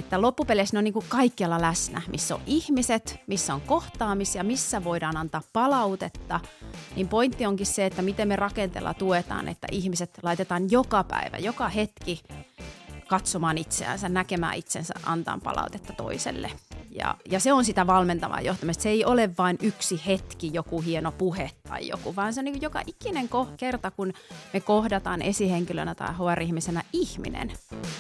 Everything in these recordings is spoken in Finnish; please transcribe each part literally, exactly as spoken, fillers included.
Että loppupeleissä ne on niin kuin kaikkialla läsnä, missä on ihmiset, missä on kohtaamisia, missä voidaan antaa palautetta. Niin pointti onkin se, että miten me rakenteella tuetaan, että ihmiset laitetaan joka päivä, joka hetki katsomaan itseänsä, näkemään itsensä, antaa palautetta toiselle. Ja, ja se on sitä valmentavaa johtamista. Se ei ole vain yksi hetki, joku hieno puhe tai joku, vaan se on niin kuin joka ikinen ko- kerta, kun me kohdataan esihenkilönä tai H R-ihmisenä ihminen.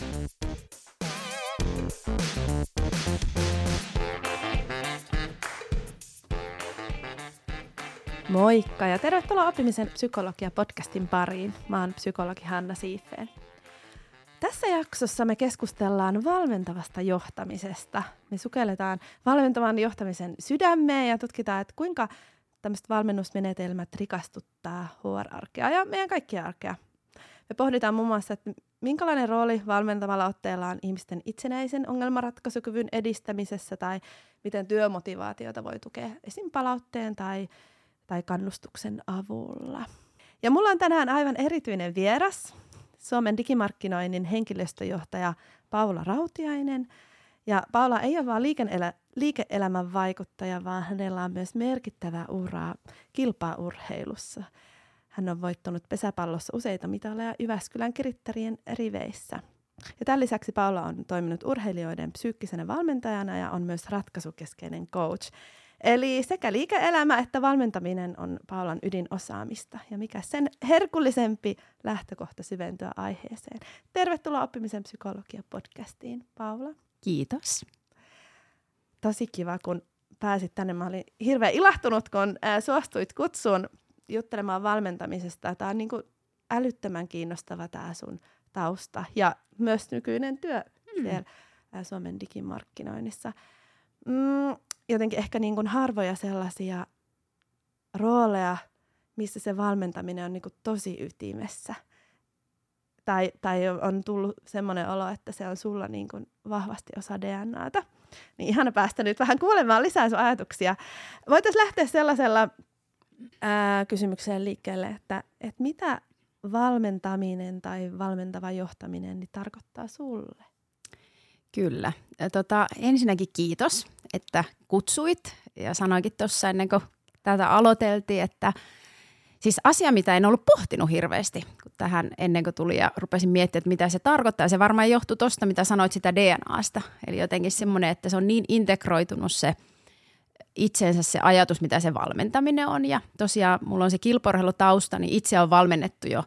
Moikka ja tervetuloa Oppimisen psykologia-podcastin pariin. Mä oon psykologi Hanna Siifeen. Tässä jaksossa me keskustellaan valmentavasta johtamisesta. Me sukelletaan valmentavan johtamisen sydämeen ja tutkitaan, että kuinka tämmöiset valmennusmenetelmät rikastuttaa H R-arkea ja meidän kaikkia arkea. Me pohditaan muun muassa, että minkälainen rooli valmentavalla otteella on ihmisten itsenäisen ongelmanratkaisukyvyn edistämisessä tai miten työmotivaatiota voi tukea esim. Palautteen tai, tai kannustuksen avulla. Ja mulla on tänään aivan erityinen vieras, Suomen digimarkkinoinnin henkilöstöjohtaja Paula Rautiainen. Ja Paula ei ole vain liike-elä, liike-elämän vaikuttaja, vaan hänellä on myös merkittävää uraa kilpaurheilussa. Hän on voittanut pesäpallossa useita mitaleja Jyväskylän Kirittärien riveissä. Ja tämän lisäksi Paula on toiminut urheilijoiden psyykkisenä valmentajana ja on myös ratkaisukeskeinen coach. Eli sekä liike-elämä että valmentaminen on Paulan ydinosaamista. Ja mikä sen herkullisempi lähtökohta syventyä aiheeseen. Tervetuloa Oppimisen psykologia-podcastiin, Paula. Kiitos. Tosi kiva, kun pääsit tänne. Mä olin hirveän ilahtunut, kun ää, suostuit kutsuun juttelemaan valmentamisesta. Tämä on niin kuin älyttömän kiinnostava tämä sun tausta ja myös nykyinen työ mm. siellä ää, Suomen digimarkkinoinnissa. Mm, jotenkin ehkä niin kuin harvoja sellaisia rooleja, missä se valmentaminen on niin kuin tosi ytimessä. Tai, tai on tullut semmoinen olo, että se on sulla niin kuin vahvasti osa D N A:ta. Niin ihana päästä nyt vähän kuulemaan lisää sun ajatuksia. Voitaisiin lähteä sellaisella ää, kysymykseen liikkeelle, että, että mitä valmentaminen tai valmentava johtaminen niin tarkoittaa sulle? Kyllä. Tota, ensinnäkin kiitos, että kutsuit ja sanoikin tuossa ennen kuin tätä aloiteltiin, että siis asia, mitä en ollut pohtinut hirveästi kun tähän ennen kuin tuli ja rupesin miettimään, että mitä se tarkoittaa. Se varmaan johtui tuosta, mitä sanoit sitä D N A:sta. Eli jotenkin semmoinen, että se on niin integroitunut se itsensä se ajatus, mitä se valmentaminen on. Ja tosiaan mulla on se kilpaurheilutausta, niin itse on valmennettu jo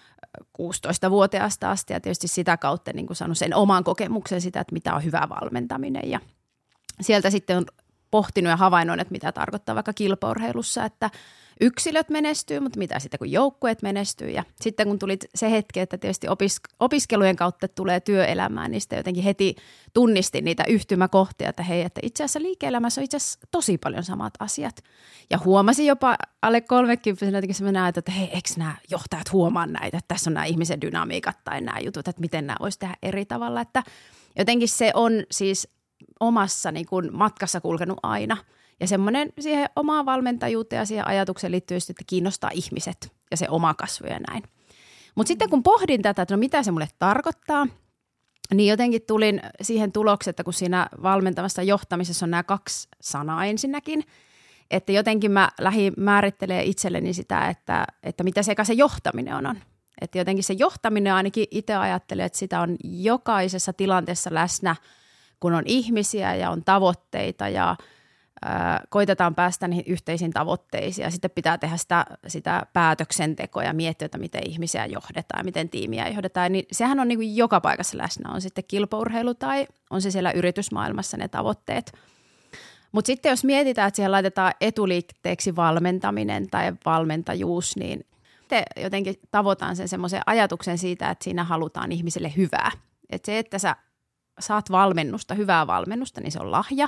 kuusitoistavuotiaasta asti ja tietysti sitä kautta niin kuin saanut sen oman kokemuksen sitä, että mitä on hyvä valmentaminen. Ja sieltä sitten on pohtinut ja havainnoin, että mitä tarkoittaa vaikka kilpaurheilussa, että yksilöt menestyy, mutta mitä sitten kun joukkueet menestyy. Ja sitten kun tuli se hetki, että tietysti opis- opiskelujen kautta tulee työelämään, niin sitten jotenkin heti tunnistin niitä yhtymäkohtia, että hei, että itse asiassa liike-elämässä on itse asiassa tosi paljon samat asiat. Ja huomasin jopa alle kolmekymppisenä jotenkin sellainen ajatus, että hei, eikö nämä johtajat huomaa näitä, että tässä on nämä ihmisen dynamiikat tai nämä jutut, että miten nämä voisi tehdä eri tavalla. Että jotenkin se on siis omassa niin kuin matkassa kulkenut aina. Ja semmoinen siihen omaan valmentajuuteen ja siihen ajatukseen liittyy just, että kiinnostaa ihmiset ja se oma kasvu ja näin. Mutta sitten kun pohdin tätä, että no mitä se mulle tarkoittaa, niin jotenkin tulin siihen tulokseen, että kun siinä valmentavassa johtamisessa on nämä kaksi sanaa ensinnäkin, että jotenkin mä lähdin määrittelemään itselleni sitä, että, että mitä sekä se johtaminen on. Että jotenkin se johtaminen ainakin itse ajattelee, että sitä on jokaisessa tilanteessa läsnä, kun on ihmisiä ja on tavoitteita ja koitetaan päästä niihin yhteisiin tavoitteisiin ja sitten pitää tehdä sitä, sitä päätöksentekoa ja miettiä, että miten ihmisiä johdetaan ja miten tiimiä johdetaan. Niin sehän on niin kuin joka paikassa läsnä, on sitten kilpaurheilu tai on se siellä yritysmaailmassa ne tavoitteet. Mutta sitten jos mietitään, että siihen laitetaan etuliitteeksi valmentaminen tai valmentajuus, niin jotenkin tavoitaan sen semmoisen ajatuksen siitä, että siinä halutaan ihmiselle hyvää. Että se, että sä saat valmennusta, hyvää valmennusta, niin se on lahja.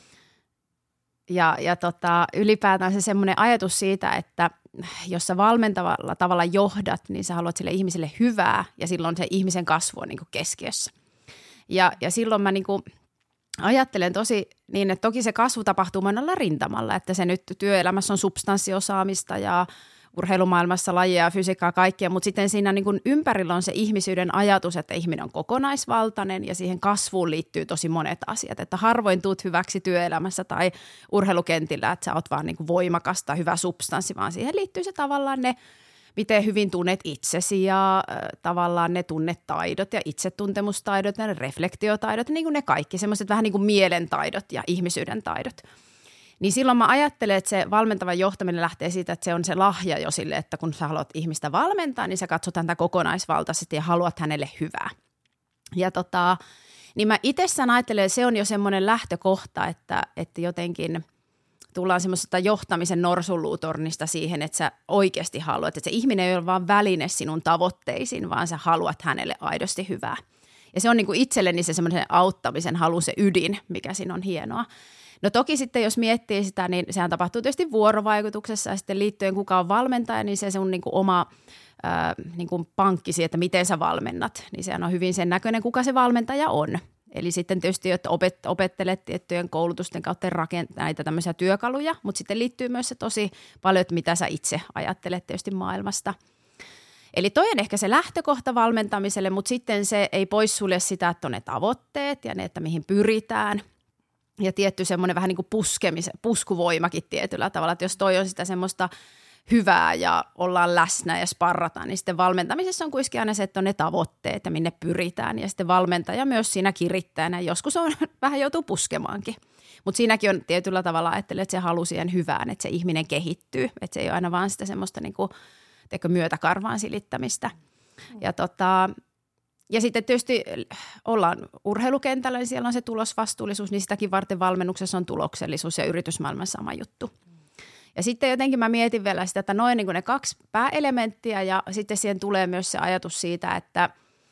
Ja, ja tota, ylipäätään se semmoinen ajatus siitä, että jos sä valmentavalla tavalla johdat, niin sä haluat sille ihmiselle hyvää ja silloin se ihmisen kasvu on niin kuin keskiössä. Ja, ja silloin mä niin kuin ajattelen tosi niin, että toki se kasvu tapahtuu monella rintamalla, että se nyt työelämässä on substanssiosaamista ja urheilumaailmassa lajeja, fysiikkaa, kaikkea, mutta sitten siinä niin kuin ympärillä on se ihmisyyden ajatus, että ihminen on kokonaisvaltainen ja siihen kasvuun liittyy tosi monet asiat, että harvoin tuut hyväksi työelämässä tai urheilukentillä, että sä oot vaan niin kuin voimakas tai hyvä substanssi, vaan siihen liittyy se tavallaan ne, miten hyvin tunnet itsesi ja äh, tavallaan ne tunnetaidot ja itsetuntemustaidot ja ne reflektiotaidot, niin kuin ne kaikki, semmoiset vähän niin kuin mielentaidot ja ihmisyyden taidot. Niin silloin mä ajattelen, että se valmentava johtaminen lähtee siitä, että se on se lahja jo sille, että kun sä haluat ihmistä valmentaa, niin sä katsot häntä kokonaisvaltaisesti ja haluat hänelle hyvää. Ja tota, niin mä itsessään ajattelen, että se on jo semmoinen lähtökohta, että, että jotenkin tullaan semmoisesta johtamisen norsunluutornista siihen, että sä oikeasti haluat, että se ihminen ei ole vaan väline sinun tavoitteisiin, vaan sä haluat hänelle aidosti hyvää. Ja se on niin kuin itselleni se semmoisen auttamisen halu, se ydin, mikä siinä on hienoa. No toki sitten, jos miettii sitä, niin sehän tapahtuu tietysti vuorovaikutuksessa ja sitten liittyen kuka on valmentaja, niin se sun niin kuin oma ää, niin kuin pankkisi, että miten sä valmennat, niin sehän on hyvin sen näköinen, kuka se valmentaja on. Eli sitten tietysti, että opet, opettelet tiettyjen koulutusten kautta rakentaa näitä tämmöisiä työkaluja, mutta sitten liittyy myös se tosi paljon, että mitä sä itse ajattelet tietysti maailmasta. Eli toi on ehkä se lähtökohta valmentamiselle, mutta sitten se ei poissulje sitä, että on ne tavoitteet ja ne, että mihin pyritään. Ja tietty semmoinen vähän niin kuin puskemis, puskuvoimakin tietyllä tavalla, että jos toi on sitä semmoista hyvää ja ollaan läsnä ja sparrataan, niin sitten valmentamisessa on kuitenkin aina se, että on ne tavoitteet ja minne pyritään. Ja sitten valmentaja myös siinä kirittäjänä, joskus on vähän joutuu puskemaankin. Mutta siinäkin on tietyllä tavalla ajattelee, että se haluaa siihen hyvään, että se ihminen kehittyy. Että se ei ole aina vaan sitä semmoista niin kuin, teikö, myötäkarvaan silittämistä. Ja tota... Ja sitten tietysti ollaan urheilukentällä, niin siellä on se tulosvastuullisuus, niin sitäkin varten valmennuksessa on tuloksellisuus ja yritysmaailman sama juttu. Ja sitten jotenkin mä mietin vielä sitä, että noin niin kuin ne kaksi pääelementtiä ja sitten siihen tulee myös se ajatus siitä, että,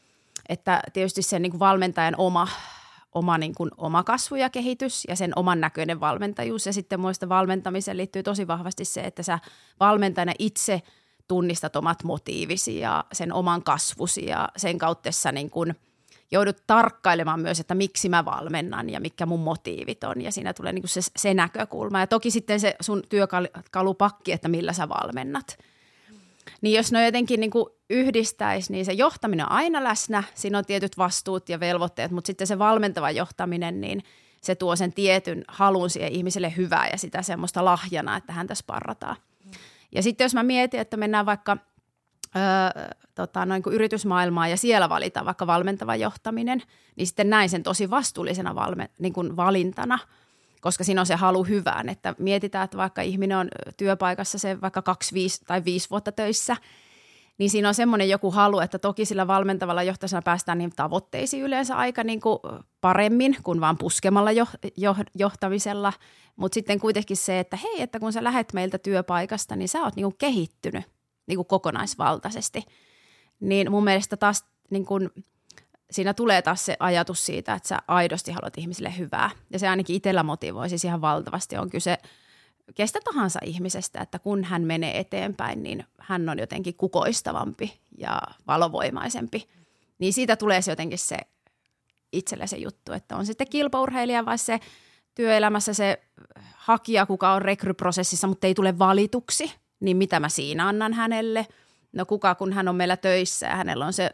että tietysti sen niin kuin valmentajan oma, oma, niin kuin oma kasvu ja kehitys ja sen oman näköinen valmentajuus. Ja sitten muista valmentamiseen liittyy tosi vahvasti se, että sä valmentajana itse tunnistat omat motiivisi ja sen oman kasvusi ja sen kautta sä niin kuin joudut tarkkailemaan myös, että miksi mä valmennan ja mitkä mun motiivit on ja siinä tulee niin kuin se, se näkökulma ja toki sitten se sun työkalupakki, että millä sä valmennat. Niin jos ne jotenkin niin kuin yhdistäisi, niin se johtaminen on aina läsnä, siinä on tietyt vastuut ja velvoitteet, mutta sitten se valmentava johtaminen, niin se tuo sen tietyn halun siihen ihmiselle hyvää ja sitä semmoista lahjana, että häntä sparrataan. Ja sitten jos mä mietin, että mennään vaikka öö, tota, noin kuin yritysmaailmaan ja siellä valitaan vaikka valmentava johtaminen, niin sitten näin sen tosi vastuullisena valme, niin kuin valintana, koska siinä on se halu hyvään. Että mietitään, että vaikka ihminen on työpaikassa se vaikka kaksi, viisi tai viisi vuotta töissä, niin siinä on semmoinen joku halu, että toki sillä valmentavalla johtajana päästään niin tavoitteisiin yleensä aika niin kuin paremmin kuin vaan puskemalla jo, jo, johtamisella. Mutta sitten kuitenkin se, että hei, että kun sä lähet meiltä työpaikasta, niin sä oot niin kuin kehittynyt niin kuin kokonaisvaltaisesti. Niin mun mielestä taas niin kuin, siinä tulee taas se ajatus siitä, että sä aidosti haluat ihmisille hyvää. Ja se ainakin itsellä motivoi, siis ihan valtavasti on kyse kestä tahansa ihmisestä, että kun hän menee eteenpäin, niin hän on jotenkin kukoistavampi ja valovoimaisempi. Niin siitä tulee se jotenkin se itselle se juttu, että on sitten kilpaurheilija vai se työelämässä se hakija, kuka on rekryprosessissa, mutta ei tule valituksi, niin mitä mä siinä annan hänelle? No kuka, kun hän on meillä töissä ja hänellä on se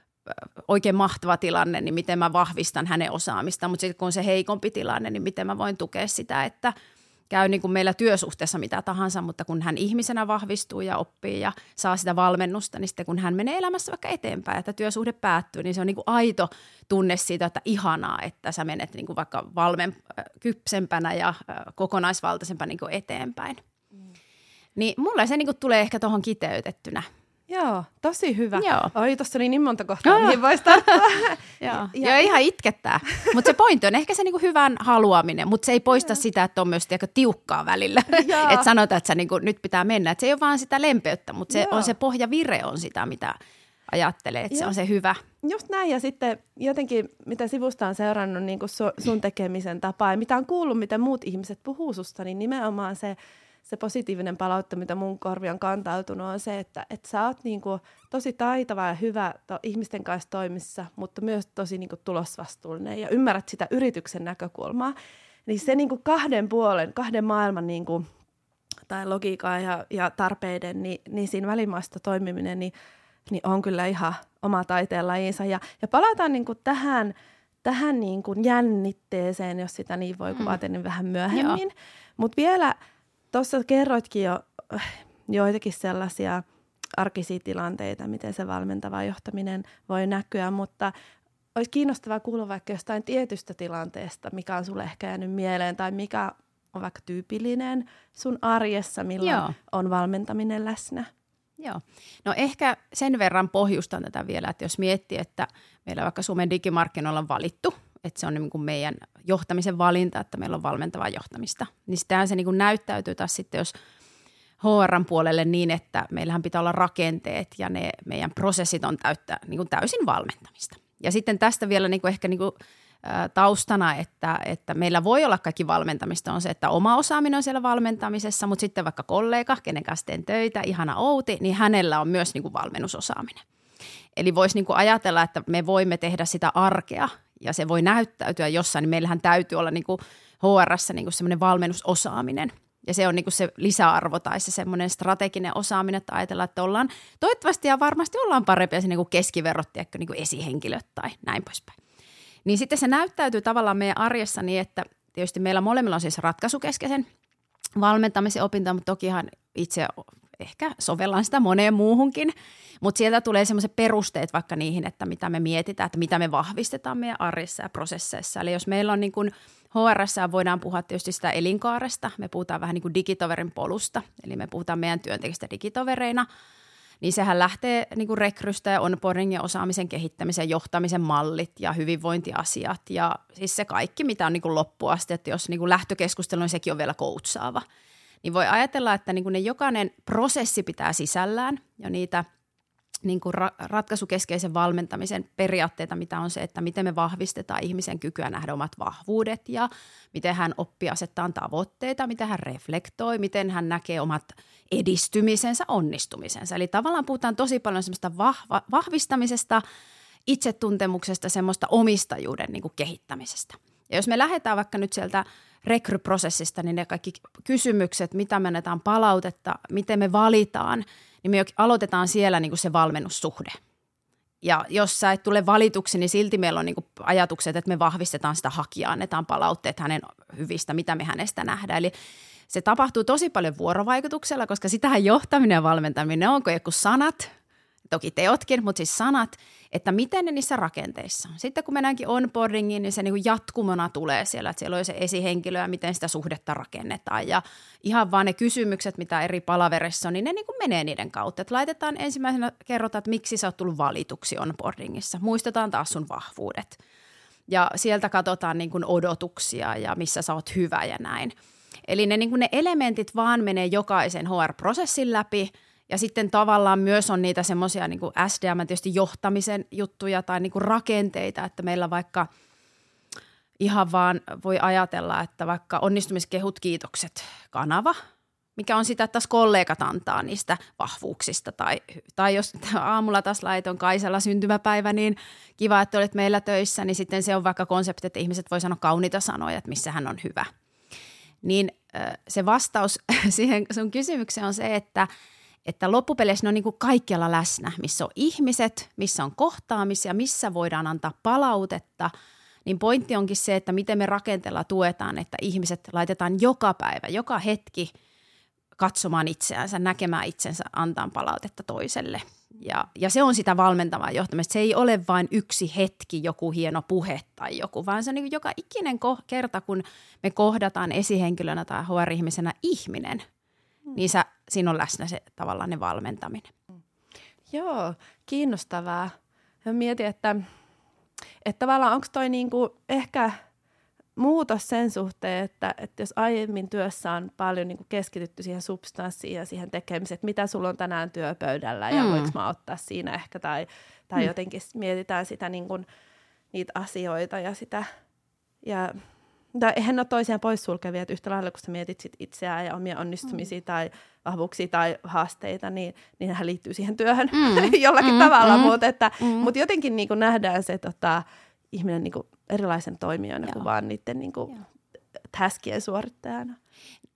oikein mahtava tilanne, niin miten mä vahvistan hänen osaamistaan, mutta sitten kun on se heikompi tilanne, niin miten mä voin tukea sitä, että käy niin kuin meillä työsuhteessa mitä tahansa, mutta kun hän ihmisenä vahvistuu ja oppii ja saa sitä valmennusta, niin sitten kun hän menee elämässä vaikka eteenpäin, että työsuhde päättyy, niin se on niin kuin aito tunne siitä, että ihanaa, että sä menet niin kuin vaikka valmen, kypsempänä ja kokonaisvaltaisempana niin kuin eteenpäin. Mm. Niin mulle se niin kuin tulee ehkä tuohon kiteytettynä. Joo, tosi hyvä. Joo. Oi, tuossa oli niin monta kohtaa, mihin voisi tarttua. Joo. Joo, ihan itkettää. Mutta se pointti on ehkä se niinku hyvän haluaminen, mutta se ei poista sitä, että on myös tiedätkö, tiukkaa välillä. Että sanotaan, että sä niinku, nyt pitää mennä. Et se ei ole vaan sitä lempeyttä, mutta se on se pohjavire on sitä, mitä ajattelee, että se on se hyvä. Just näin, ja sitten jotenkin, mitä sivusta on seurannut niin sun tekemisen tapaa ja mitä on kuullut, miten muut ihmiset puhuu susta, niin nimenomaan se, se positiivinen palautta, mitä mun korvi on kantautunut, on se, että, että sä oot niin kuin tosi taitava ja hyvä to, ihmisten kanssa toimissa, mutta myös tosi niin kuin tulosvastuullinen ja ymmärrät sitä yrityksen näkökulmaa. Niin se niin kuin kahden puolen, kahden maailman niin kuin tai logiikan ja, ja tarpeiden, niin, niin siinä välimaasto toimiminen niin, niin on kyllä ihan oma taiteenlajinsa. Ja, ja palataan niin kuin tähän, tähän niin kuin jännitteeseen, jos sitä niin voi kuvata, niin vähän myöhemmin. Mutta vielä tuossa kerroitkin jo joitakin sellaisia arkisia tilanteita, miten se valmentava johtaminen voi näkyä, mutta olisi kiinnostavaa kuulla vaikka jostain tietystä tilanteesta, mikä on sulle ehkä jäänyt mieleen tai mikä on vaikka tyypillinen sun arjessa, milloin Joo. on valmentaminen läsnä. Joo. No ehkä sen verran pohjustan tätä vielä, että jos miettii, että meillä vaikka Suomen digimarkkinoilla on valittu, että se on niin kuin meidän johtamisen valinta, että meillä on valmentavaa johtamista, niin sitähän se niin kuin näyttäytyy taas sitten, jos H R:n puolelle niin, että meillähän pitää olla rakenteet ja ne meidän prosessit on täyttä, niin kuin täysin valmentamista. Ja sitten tästä vielä niin kuin ehkä niin kuin, ä, taustana, että, että meillä voi olla kaikki valmentamista on se, että oma osaaminen on siellä valmentamisessa, mutta sitten vaikka kollega, kenen kanssa teen töitä, ihana Outi, niin hänellä on myös niin kuin valmennusosaaminen. Eli voisi niin kuin ajatella, että me voimme tehdä sitä arkea ja se voi näyttäytyä jossain, niin meillähän täytyy olla niin kuin H R:ssä niin kuin semmoinen valmennusosaaminen. Ja se on niin kuin se lisäarvo tai se semmoinen strateginen osaaminen, että ajatellaan, että ollaan toivottavasti ja varmasti ollaan parempia se niin kuin keskiverrot, niin kuin esihenkilöt tai näin poispäin. Niin sitten se näyttäytyy tavallaan meidän arjessa niin, että tietysti meillä molemmilla on siis ratkaisukeskeisen valmentamisen opinto, mutta tokihan itse ehkä sovellaan sitä moneen muuhunkin, mutta sieltä tulee semmoiset perusteet vaikka niihin, että mitä me mietitään, että mitä me vahvistetaan meidän arjessa ja prosesseissa. Eli jos meillä on niin kuin H R:ssä voidaan puhua tietysti sitä elinkaaresta, me puhutaan vähän niin kuin digitoverin polusta, eli me puhutaan meidän työntekijistä digitovereina, niin sehän lähtee niin kuin rekrystä ja onboarding ja osaamisen kehittämisen, johtamisen mallit ja hyvinvointiasiat ja siis se kaikki, mitä on niin kuin loppuun asti, että jos niin kuin lähtökeskustelu, niin sekin on vielä coachaava. Niin voi ajatella, että niin kuin ne jokainen prosessi pitää sisällään ja niitä niin kuin ra- ratkaisukeskeisen valmentamisen periaatteita, mitä on se, että miten me vahvistetaan ihmisen kykyä nähdä omat vahvuudet ja miten hän oppii asettaa tavoitteita, miten hän reflektoi, miten hän näkee omat edistymisensä, onnistumisensa. Eli tavallaan puhutaan tosi paljon semmoista vahva- vahvistamisesta, itsetuntemuksesta, semmoista omistajuuden niin kuin kehittämisestä. Ja jos me lähdetään vaikka nyt sieltä rekryprosessista, niin ne kaikki kysymykset, mitä me annetaan palautetta, miten me valitaan, niin me aloitetaan siellä niin kuin se valmennussuhde. Ja jos sä et tule valituksi, niin silti meillä on niin kuin ajatukset, että me vahvistetaan sitä hakijaa, annetaan palautteet hänen hyvistä, mitä me hänestä nähdään. Eli se tapahtuu tosi paljon vuorovaikutuksella, koska sitähän johtaminen ja valmentaminen onko joku sanat, toki teotkin, mutta siis sanat, että miten ne niissä rakenteissa on. Sitten kun mennäänkin onboardingiin, niin se niin kuin jatkumona tulee siellä, että siellä on se esihenkilö ja miten sitä suhdetta rakennetaan. Ja ihan vaan ne kysymykset, mitä eri palaverissa on, niin ne niin kuin menee niiden kautta. Että laitetaan ensimmäisenä, kerrotaan, että miksi sä oot tullut valituksi onboardingissa. Muistetaan taas sun vahvuudet. Ja sieltä katsotaan niin kuin odotuksia ja missä sä oot hyvä ja näin. Eli ne, niin kuin ne elementit vaan menee jokaisen H R-prosessin läpi. Ja sitten tavallaan myös on niitä semmoisia niin kuin S D M, tietysti johtamisen juttuja tai niin kuin rakenteita, että meillä vaikka ihan vaan voi ajatella, että vaikka onnistumiskehut, kiitokset, kanava, mikä on sitä, että taas kollegat antaa niistä vahvuuksista. Tai, tai jos aamulla taas laitoin Kaisalla syntymäpäivä, niin kiva, että olet meillä töissä, niin sitten se on vaikka konsepti, että ihmiset voi sanoa kauniita sanoja, että missä hän on hyvä. Niin se vastaus siihen sun kysymykseen on se, että Että loppupeleissä ne on niin kuin kaikkialla läsnä, missä on ihmiset, missä on kohtaamisia, missä voidaan antaa palautetta. Niin pointti onkin se, että miten me rakenteella tuetaan, että ihmiset laitetaan joka päivä, joka hetki katsomaan itseänsä, näkemään itsensä, antaa palautetta toiselle. Ja, ja se on sitä valmentavaa johtamista. Se ei ole vain yksi hetki, joku hieno puhe tai joku, vaan se on niin kuin joka ikinen ko- kerta, kun me kohdataan esihenkilönä tai H R-ihmisenä ihminen, niin sä, siinä on läsnä se tavallaan ne valmentaminen. Joo, kiinnostavaa. Mä mietin, että, että tavallaan onko toi niinku ehkä muutos sen suhteen, että, että jos aiemmin työssä on paljon niinku keskitytty siihen substanssiin ja siihen tekemiseen, että mitä sulla on tänään työpöydällä ja mm. voiko mä ottaa siinä ehkä tai, tai mm. jotenkin mietitään sitä niinku, niitä asioita ja sitä ja tai eihän ole toisiaan poissulkevia, että yhtä lailla kun sä mietit sit itseään ja omia onnistumisia mm. tai vahvuuksia tai haasteita, niin, niin nehän liittyy siihen työhön mm. jollakin mm. tavalla, mm. mutta että, mm. mut jotenkin niin kuin nähdään se tota, ihminen niin kuin erilaisen toimijana kuin vaan niiden niin kuin taskien suorittajana.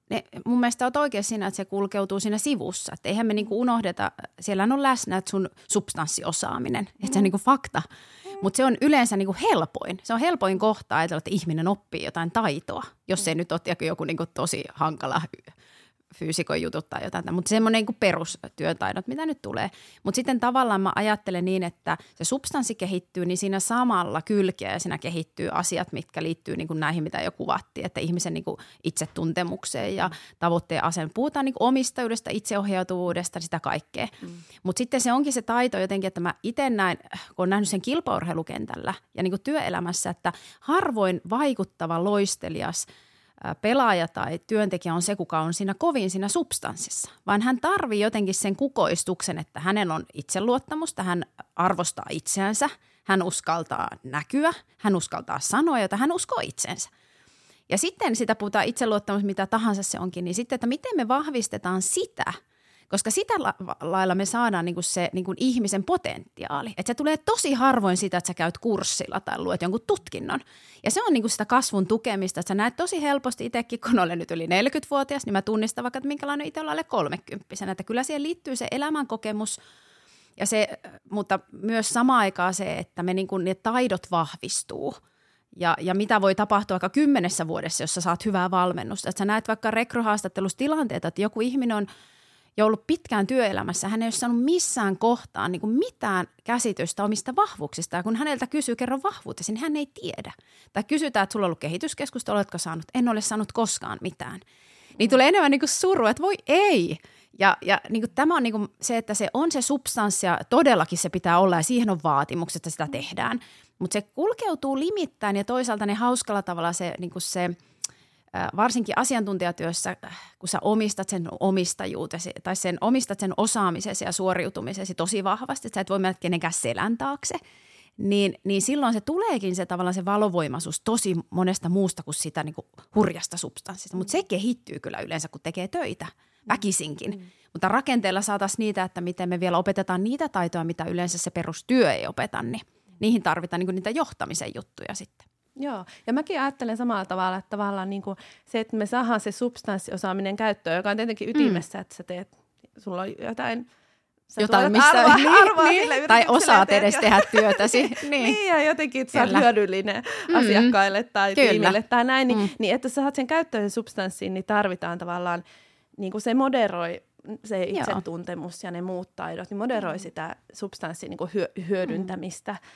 ne, mun mielestä olet oikein siinä, että se kulkeutuu siinä sivussa. Että eihän me niinku unohdeta, siellä on läsnä että sun substanssiosaaminen, mm. että se on niinku fakta. Mm. Mutta se on yleensä niinku helpoin. Se on helpoin kohta ajatella, että ihminen oppii jotain taitoa, jos se mm. nyt on joku niinku tosi hankala fyysikon jutut tai jotain, mutta semmoinen niin perustyötaidot, mitä nyt tulee. Mutta sitten tavallaan mä ajattelen niin, että se substanssi kehittyy, niin siinä samalla kylkeä ja siinä kehittyy asiat, mitkä liittyy niin kuin näihin, mitä jo kuvattiin, että ihmisen niin kuin itsetuntemukseen ja tavoitteen asen. Puhutaan niin kuin omistajuudesta, itseohjautuvuudesta, sitä kaikkea. Mm. Mutta sitten se onkin se taito jotenkin, että mä itse näin, kun olen nähnyt sen kilpaurheilukentällä ja niin kuin työelämässä, että harvoin vaikuttava loistelias pelaaja tai työntekijä on se, kuka on siinä kovin siinä substanssissa, vaan hän tarvii jotenkin sen kukoistuksen, että hänellä on itseluottamusta, hän arvostaa itseänsä, hän uskaltaa näkyä, hän uskaltaa sanoa, jota hän uskoo itsensä. Ja sitten sitä puhutaan itseluottamus, mitä tahansa se onkin, niin sitten, että miten me vahvistetaan sitä, koska sitä lailla me saadaan niinku se niinku ihmisen potentiaali. Että se tulee tosi harvoin sitä, että sä käyt kurssilla tai luet jonkun tutkinnon. Ja se on niinku sitä kasvun tukemista, että sä näet tosi helposti itsekin, kun olen nyt yli neljäkymmentävuotias, niin mä tunnistan vaikka, että minkälainen itse olla alle kolmekymppisenä. Että kyllä siihen liittyy se elämänkokemus, ja se, mutta myös samaan aikaan se, että me niinku, ne taidot vahvistuu. Ja, ja mitä voi tapahtua vaikka kymmenessä vuodessa, jos sä saat hyvää valmennusta. Että sä näet vaikka rekryhaastattelussa tilanteita, että joku ihminen on ja ollut pitkään työelämässä, hän ei ole saanut missään kohtaan niin kuin mitään käsitystä omista vahvuuksista. Ja kun häneltä kysyy kerran vahvuutesi, niin hän ei tiedä. Tai kysytään, että sulla on ollut kehityskeskusta, oletko saanut? En ole saanut koskaan mitään. Niin tulee enemmän niin kuin suru, että voi ei. Ja, ja niin kuin tämä on niin kuin se, että se on se substanssi ja todellakin se pitää olla ja siihen on vaatimukset, että sitä tehdään. Mutta se kulkeutuu limittäin ja toisaalta ne hauskalla tavalla se, niin kuin se varsinkin asiantuntijatyössä, kun sä omistat sen omistajuutesi tai sen omistat sen osaamisesi ja suoriutumisesi tosi vahvasti, että sä et voi mennä kenenkään selän taakse, niin, niin silloin se tuleekin se tavallaan se valovoimaisuus tosi monesta muusta kuin sitä niin kuin hurjasta substanssista. Mutta se kehittyy kyllä yleensä, kun tekee töitä väkisinkin. Mm. Mutta rakenteella saataisiin niitä, että miten me vielä opetetaan niitä taitoja, mitä yleensä se perustyö ei opeta, niin niihin tarvitaan niin kuin niitä johtamisen juttuja sitten. Joo, ja mäkin ajattelen samalla tavalla, että tavallaan niin kuin se, että me saadaan se substanssiosaaminen käyttöön, joka on tietenkin ytimessä, mm. että sä teet, sulla on jotain, sä jotain missä arvoa, niin, arvoa niin, tai osaat edes jo tehdä työtäsi. niin. niin, ja jotenkin, että sä oot hyödyllinen mm. asiakkaille tai Kyllä. tiimille tai näin, niin, mm. niin että sä saat sen käyttöön sen substanssiin, niin tarvitaan tavallaan, niin kuin se moderoi, se itsetuntemus ja ne muut taidot, niin moderoi mm. sitä substanssin niin kuin hyö, hyödyntämistä. Mm.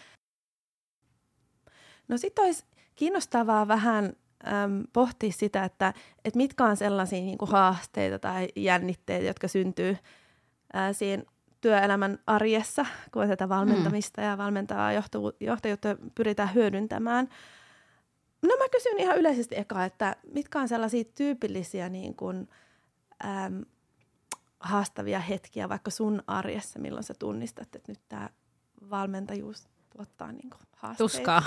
No sitten olisi kiinnostavaa vähän äm, pohtia sitä, että et mitkä on sellaisia niin kuin haasteita tai jännitteitä, jotka syntyy ää, siinä työelämän arjessa, kun tätä valmentamista mm. ja valmentaa johtajuutta pyritään hyödyntämään. No mä kysyn ihan yleisesti eka, että mitkä on sellaisia tyypillisiä niin kuin, äm, haastavia hetkiä vaikka sun arjessa, milloin sä tunnistat, että nyt tämä valmentajuus tuottaa niin kuin haasteita. Tuskaa.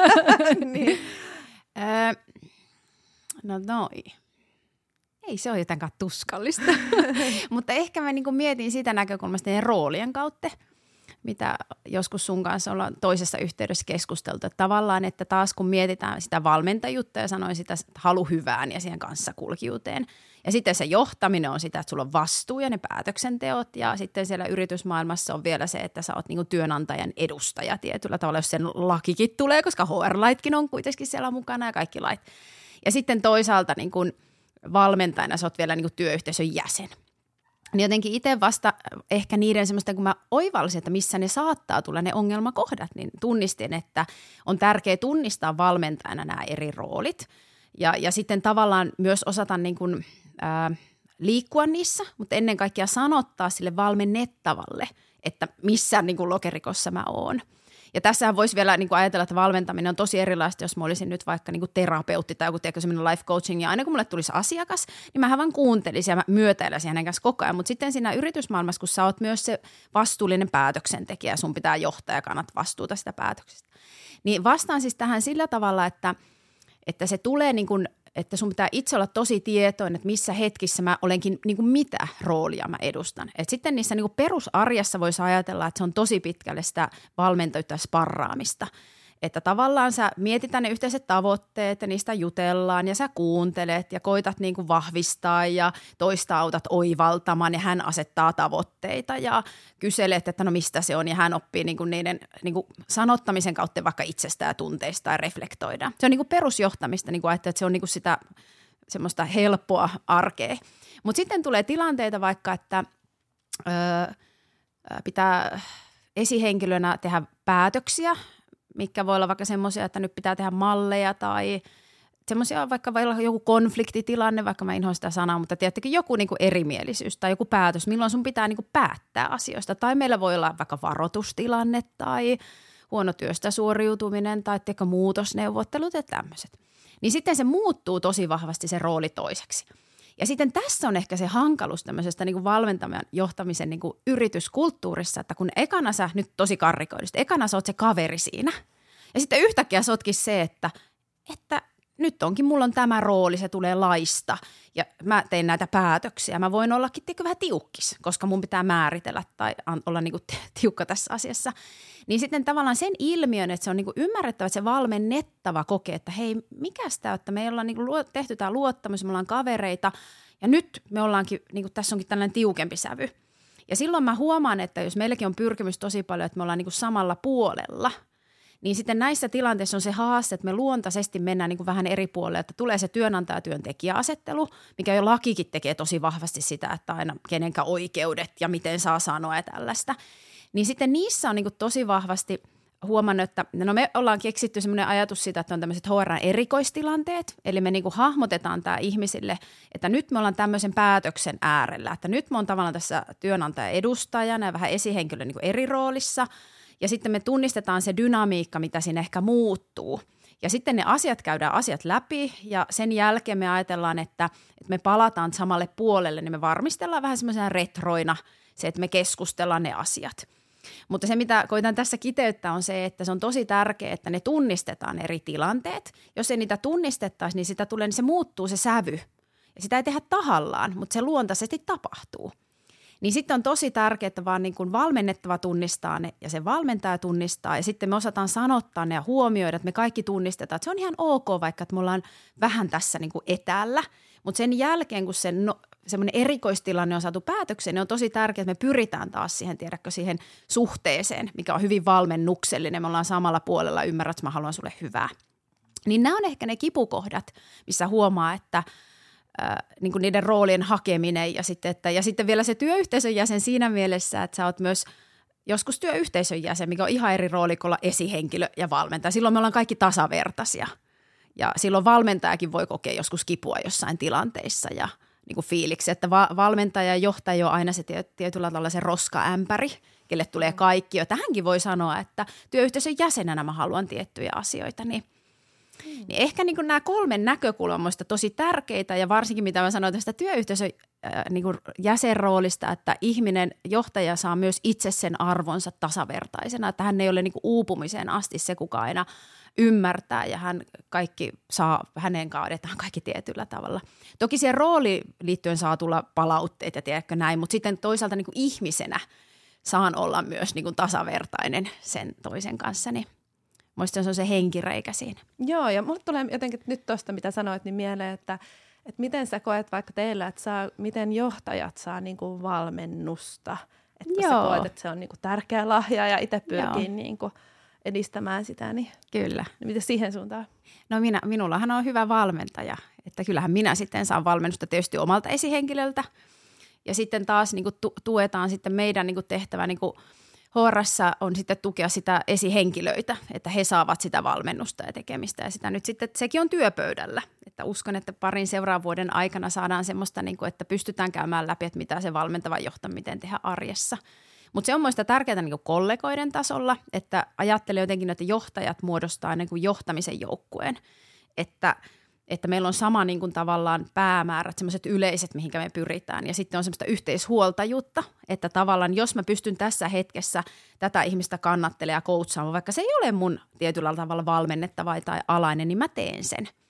niin. Öö, no noi. Ei se ole jotenkaan tuskallista. Mutta ehkä mä niinku mietin sitä näkökulmasta ja roolien kautta, mitä joskus sun kanssa ollaan toisessa yhteydessä keskusteltu. Että tavallaan, että taas kun mietitään sitä valmentajuutta ja sanoin sitä halu hyvään ja siihen kanssakulkijuuteen. Ja sitten se johtaminen on sitä, että sulla on vastuu ja ne päätöksenteot. Ja sitten siellä yritysmaailmassa on vielä se, että sä oot niinku työnantajan edustaja tietyllä tavalla, jos sen lakikin tulee, koska H R-laitkin on kuitenkin siellä mukana ja kaikki lait. Ja sitten toisaalta niin kuin valmentajana sä oot vielä niin kuin työyhteisön jäsen. Niin jotenkin itse vasta ehkä niiden semmoista, kun mä oivallisin, että missä ne saattaa tulla ne ongelmakohdat, niin tunnistin, että on tärkeää tunnistaa valmentajana nämä eri roolit. Ja, ja sitten tavallaan myös osata niin kuin, ää, liikkua niissä, mutta ennen kaikkea sanottaa sille valmennettavalle, että missä niin kuin lokerikossa mä oon. Ja tässähän voisi vielä niin kuin ajatella, että valmentaminen on tosi erilaista, jos mä olisin nyt vaikka niin kuin terapeutti tai joku tiedätkö, semmoinen life coaching. Ja aina kun mulle tulisi asiakas, niin mähän vaan kuuntelisin ja mä myötäiläisin hänen kanssa koko ajan. Mutta sitten siinä yritysmaailmassa, kun sä oot myös se vastuullinen päätöksentekijä, sun pitää johtaa ja kannat vastuuta sitä päätöksestä. Niin vastaan siis tähän sillä tavalla, että, että se tulee niin kuin, että sun pitää itse olla tosi tietoinen, että missä hetkissä mä olenkin, niin kuin mitä roolia mä edustan. Et sitten niissä niin kuin perusarjessa voisi ajatella, että se on tosi pitkälle sitä valmentajuutta ja sparraamista. Että tavallaan sä mietitään ne yhteiset tavoitteet ja niistä jutellaan ja sä kuuntelet ja koitat niin kuin vahvistaa ja toista autat oivaltamaan ja hän asettaa tavoitteita ja kyselet, että no mistä se on ja hän oppii niin kuin niiden niin kuin sanottamisen kautta vaikka itsestään tunteista ja reflektoida. Se on niin kuin perusjohtamista, niin kuin ajattelee, että se on niin kuin sitä semmoista helppoa arkea. Mutta sitten tulee tilanteita vaikka, että öö, pitää esihenkilönä tehdä päätöksiä, mitkä voi olla vaikka semmoisia, että nyt pitää tehdä malleja tai semmoisia vaikka voi olla joku konfliktitilanne, vaikka mä inhoan sitä sanaa, mutta tiedättekö joku niin kuin erimielisyys tai joku päätös, milloin sun pitää niin kuin päättää asioista. Tai meillä voi olla vaikka varoitustilanne tai huono työstä suoriutuminen tai tiedätkö, muutosneuvottelut ja tämmöiset. Niin sitten se muuttuu tosi vahvasti se rooli toiseksi. Ja sitten tässä on ehkä se hankaluus tämmöisestä niin kuin valmentajan johtamisen niin kuin yrityskulttuurissa, että kun ekana sä nyt tosi karrikoidusti, ekana sä oot se kaveri siinä. Ja sitten yhtäkkiä sä ootkin se, että, että nyt onkin, mulla on tämä rooli, se tulee laista ja mä teen näitä päätöksiä. Mä voin ollakin tiedätkö, vähän tiukkis, koska mun pitää määritellä tai olla niin kuin tiukka tässä asiassa. Niin sitten tavallaan sen ilmiön, että se on niin kuin ymmärrettävä, että se valmennettava kokee, että hei, mikä sitä, että me ollaan niin kuin tehty tämä luottamus, me ollaan kavereita ja nyt me ollaankin, niin kuin tässä onkin tällainen tiukempi sävy. Ja silloin mä huomaan, että jos meilläkin on pyrkimys tosi paljon, että me ollaan niin kuin samalla puolella, niin sitten näissä tilanteissa on se haaste, että me luontaisesti mennään niin kuin vähän eri puolelle, että tulee se työnantaja-työntekijäasettelu, mikä jo lakikin tekee tosi vahvasti sitä, että aina kenenkä oikeudet ja miten saa sanoa ja tällaista. Niin sitten niissä on niin kuin tosi vahvasti huomannut, että no me ollaan keksitty semmoinen ajatus siitä, että on tämmöiset H R-erikoistilanteet, eli me niin kuin hahmotetaan tämä ihmisille, että nyt me ollaan tämmöisen päätöksen äärellä, että nyt me on tavallaan tässä työnantajan edustajana ja vähän esihenkilön niin kuin eri roolissa, ja sitten me tunnistetaan se dynamiikka, mitä siinä ehkä muuttuu. Ja sitten ne asiat käydään asiat läpi ja sen jälkeen me ajatellaan, että, että me palataan samalle puolelle, niin me varmistellaan vähän semmoisena retroina se, että me keskustellaan ne asiat. Mutta se, mitä koitan tässä kiteyttää, on se, että se on tosi tärkeää, että ne tunnistetaan eri tilanteet. Jos ei niitä tunnistettaisi, niin sitä tulee, niin se muuttuu se sävy. Ja sitä ei tehdä tahallaan, mutta se luontaisesti tapahtuu. Niin sitten on tosi tärkeää, että vaan niin kuin valmennettava tunnistaa ne ja se valmentaja tunnistaa ja sitten me osataan sanottaa ne ja huomioida, että me kaikki tunnistetaan. Että se on ihan ok vaikka, että me ollaan vähän tässä niin kuin etäällä, mutta sen jälkeen kun se no, semmoinen erikoistilanne on saatu päätökseen, niin on tosi tärkeää, että me pyritään taas siihen, tiedätkö, siihen suhteeseen, mikä on hyvin valmennuksellinen. Me ollaan samalla puolella, ymmärrät, että mä haluan sulle hyvää. Niin nämä on ehkä ne kipukohdat, missä huomaa, että Äh, niin kuin niiden roolien hakeminen ja sitten, että, ja sitten vielä se työyhteisön jäsen siinä mielessä, että sä oot myös joskus työyhteisön jäsen, mikä on ihan eri rooli kuin olla esihenkilö ja valmentaja. Silloin me ollaan kaikki tasavertaisia ja silloin valmentajakin voi kokea joskus kipua jossain tilanteissa ja niin kuin fiiliksi, että va- valmentaja ja johtaja on aina se tietyllä tavalla se roskaämpäri, kelle tulee kaikki. Ja tähänkin voi sanoa, että työyhteisön jäsenenä mä haluan tiettyjä asioita, niin Niin ehkä niin kuin nämä kolme näkökulmaa on minusta tosi tärkeitä ja varsinkin mitä mä sanoin tästä työyhteisön äh, niin kuin jäsenroolista, että ihminen, johtaja saa myös itse sen arvonsa tasavertaisena, että hän ei ole niin kuin uupumiseen asti se, kuka aina ymmärtää ja hän kaikki saa, hänen kaadetaan kaikki tietyllä tavalla. Toki siihen rooliin liittyen saa tulla palautteita ja tiedätkö näin, mutta sitten toisaalta niin kuin ihmisenä saan olla myös niin kuin tasavertainen sen toisen kanssa, niin muistan, se on se henkireikä siinä. Joo, ja mulle tulee jotenkin nyt tuosta, mitä sanoit, niin mieleen, että, että miten sä koet vaikka teillä, että saa, miten johtajat saa niin kuin valmennusta. Että sä koet, että se on niin kuin tärkeä lahja ja itse pyrkii niin kuin edistämään sitä. Niin, Kyllä. Niin miten siihen suuntaan? No minä, minullahan on hyvä valmentaja, että kyllähän minä sitten saan valmennusta tietysti omalta esihenkilöltä. Ja sitten taas niin kuin tu- tuetaan sitten meidän niin kuin tehtävä niin kuin H R:ssä on sitten tukea sitä esihenkilöitä, että he saavat sitä valmennusta ja tekemistä ja sitä nyt sitten, sekin on työpöydällä. Että uskon, että parin seuraavan vuoden aikana saadaan semmoista, niin kuin, että pystytään käymään läpi, että mitä se valmentava johtaa, miten tehdä arjessa. Mutta se on mielestäni tärkeää niin kuin kollegoiden tasolla, että ajattelee jotenkin, että johtajat muodostaa niin kuin johtamisen joukkueen, että että meillä on sama niin kuin tavallaan päämäärät, semmoiset yleiset, mihinkä me pyritään. Ja sitten on semmoista yhteishuoltajuutta, että tavallaan jos mä pystyn tässä hetkessä tätä ihmistä kannattelemaan ja coachaamaan, vaikka se ei ole mun tietyllä tavalla valmennettava tai alainen, niin mä teen sen.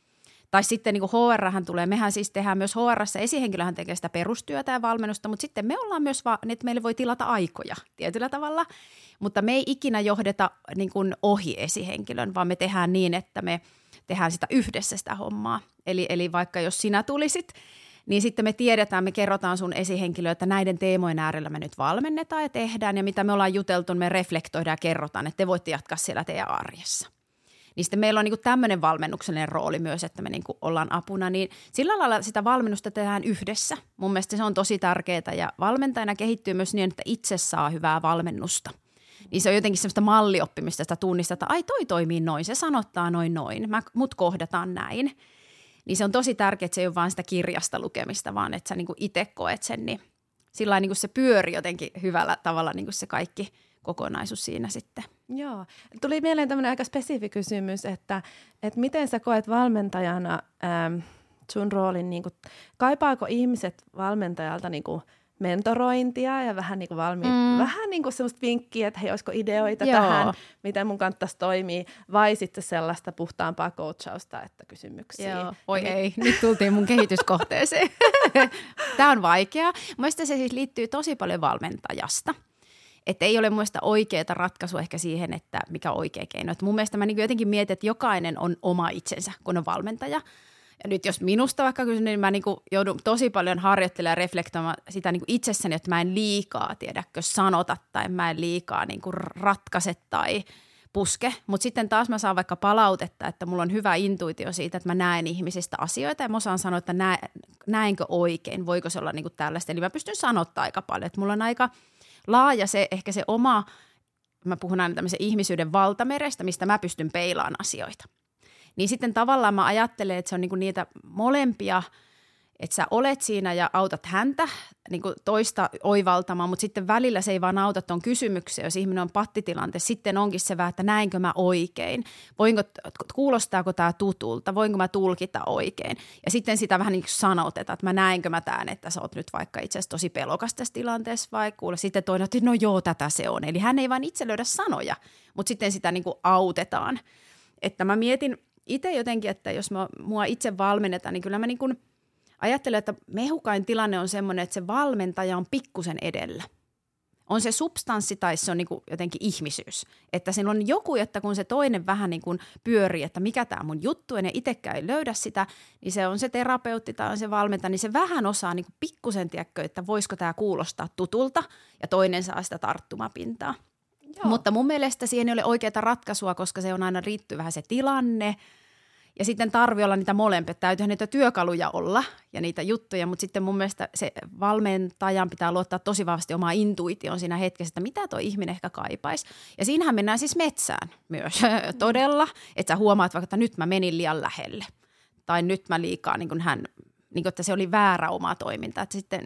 Tai sitten niin kuin H R:hän tulee, mehän siis tehdään myös H R:ssä, esihenkilöhän tekee sitä perustyötä ja valmennusta, mutta sitten me ollaan myös, vaan, että meille voi tilata aikoja tietyllä tavalla, mutta me ei ikinä johdeta niin kuin ohi esihenkilön, vaan me tehdään niin, että me tehdään sitä yhdessä sitä hommaa. Eli, eli vaikka jos sinä tulisit, niin sitten me tiedetään, me kerrotaan sun esihenkilöä, että näiden teemojen äärellä me nyt valmennetaan ja tehdään, ja mitä me ollaan juteltu, me reflektoidaan ja kerrotaan, että te voitte jatkaa siellä teidän arjessa. Niin sitten meillä on niin kuin tämmöinen valmennuksellinen rooli myös, että me niin kuin ollaan apuna, niin sillä lailla sitä valmennusta tehdään yhdessä. Mun mielestä se on tosi tärkeää, ja valmentajana kehittyy myös niin, että itse saa hyvää valmennusta. Niin se on jotenkin semmoista mallioppimista, sitä tunnistaa, että ai toi toimii noin, se sanottaa noin noin, mä, mut kohdataan näin. Niin se on tosi tärkeää, että se ei ole vaan sitä kirjasta lukemista, vaan että sä niin kuin itse koet sen, niin sillä lailla niin kuin se pyöri jotenkin hyvällä tavalla niin kuin se kaikki kokonaisuus siinä sitten. Joo. Tuli mieleen tämmöinen aika spesifi kysymys, että, että miten sä koet valmentajana ähm, sun roolin, niin kuin, kaipaako ihmiset valmentajalta niin kuin mentorointia ja vähän niin kuin valmiit, mm. vähän niin kuin semmoista vinkkiä, että hei, olisiko ideoita Joo. tähän, miten mun kannattaisi toimia, vai sitten sellaista puhtaampaa coachausta, että kysymyksiä. Joo. Oi ei, ei, nyt tultiin mun kehityskohteeseen. Tämä on vaikeaa. Mielestäni se siis liittyy tosi paljon valmentajasta. Että ei ole muista oikeaa ratkaisua ehkä siihen, että mikä on oikea keino. Et mun mielestä mä niin jotenkin mietin, että jokainen on oma itsensä, kun on valmentaja. Ja nyt jos minusta vaikka kysyn, niin mä niin joudun tosi paljon harjoittelemaan ja reflektoimaan sitä niin itsessäni, että mä en liikaa, tiedäkö, sanota tai mä en liikaa niin ratkaise tai puske. Mutta sitten taas mä saan vaikka palautetta, että mulla on hyvä intuitio siitä, että mä näen ihmisistä asioita ja mä osaan sanoa, että näe, näenkö oikein, voiko se olla niin tällaista. Eli mä pystyn sanottaa aika paljon, että mulla on aika laaja se, ehkä se oma, mä puhun aina tämmöisen ihmisyyden valtamerestä, mistä mä pystyn peilaan asioita. Niin sitten tavallaan mä ajattelen, että se on niinku niitä molempia, että sä olet siinä ja autat häntä niinku toista oivaltamaan, mutta sitten välillä se ei vaan auta tuon kysymykseen, jos ihminen on pattitilanteessa. Sitten onkin se vähän, että näinkö mä oikein, voinko, kuulostaako tämä tutulta, voinko mä tulkita oikein. Ja sitten sitä vähän niin kuin sanotetaan, että mä näinkö mä tämän, että sä oot nyt vaikka itse asiassa tosi pelokas tässä tilanteessa vai kuule. Sitten toinen, että no joo, tätä se on. Eli hän ei vain itse löydä sanoja, mutta sitten sitä niin kuin autetaan. Että mä mietin itse jotenkin, että jos mä, mua itse valmennetaan, niin kyllä mä niin kuin ajattelen, että mehukain tilanne on semmoinen, että se valmentaja on pikkusen edellä. On se substanssi tai se on niin kuin jotenkin ihmisyys. Että siinä on joku, että kun se toinen vähän niin kuin pyörii, että mikä tämä mun juttu on ja itsekään ei löydä sitä, niin se on se terapeutti tai on se valmentaja, niin se vähän osaa niin kuin pikkusen tiedäkö, että voisiko tämä kuulostaa tutulta ja toinen saa sitä tarttumapintaa. Joo. Mutta mun mielestä siihen ei ole oikeaa ratkaisua, koska se on aina riittyy vähän se tilanne. Ja sitten tarvii olla niitä molempia. Täytyyhän niitä työkaluja olla ja niitä juttuja, mutta sitten mun mielestä se valmentajan pitää luottaa tosi vahvasti omaa intuitioon siinä hetkessä, että mitä tuo ihminen ehkä kaipaisi. Ja siinähän mennään siis metsään myös todella, että sä huomaat vaikka, että nyt mä menin liian lähelle. Tai nyt mä liikaa, niin kuin hän, niin kuin, että se oli väärä oma toiminta. Että sitten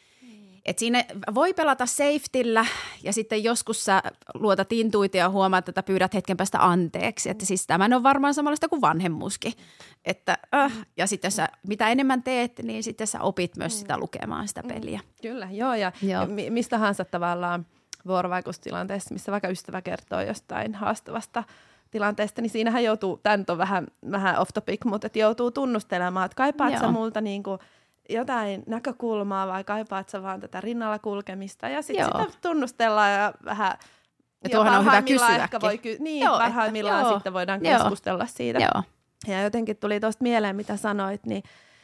että siinä voi pelata safetyllä ja sitten joskus sä luotat intuitio ja huomaat, että pyydät hetken päästä anteeksi. Että siis tämän on varmaan samanlaista kuin vanhemmuuskin. Että, äh, ja sitten sä, mitä enemmän teet, niin sitten sä opit myös sitä lukemaan sitä peliä. Kyllä, joo. Ja, joo. ja mistä tahansa tavallaan vuorovaikutustilanteessa, missä vaikka ystävä kertoo jostain haastavasta tilanteesta, niin siinähän joutuu, tämä nyt on vähän, vähän off topic, mutta että joutuu tunnustelemaan, että kaipaat joo. sä multa niin kuin jotain näkökulmaa vai kaipaat sä vaan tätä rinnalla kulkemista ja sitten sitä tunnustellaan ja vähän ja tuohon on hyvä kysyäkin. Ehkä voi ky- niin, joo, parhaimmillaan että, sitten voidaan joo. keskustella siitä. Joo. Ja jotenkin tuli tuosta mieleen, mitä sanoit, niin,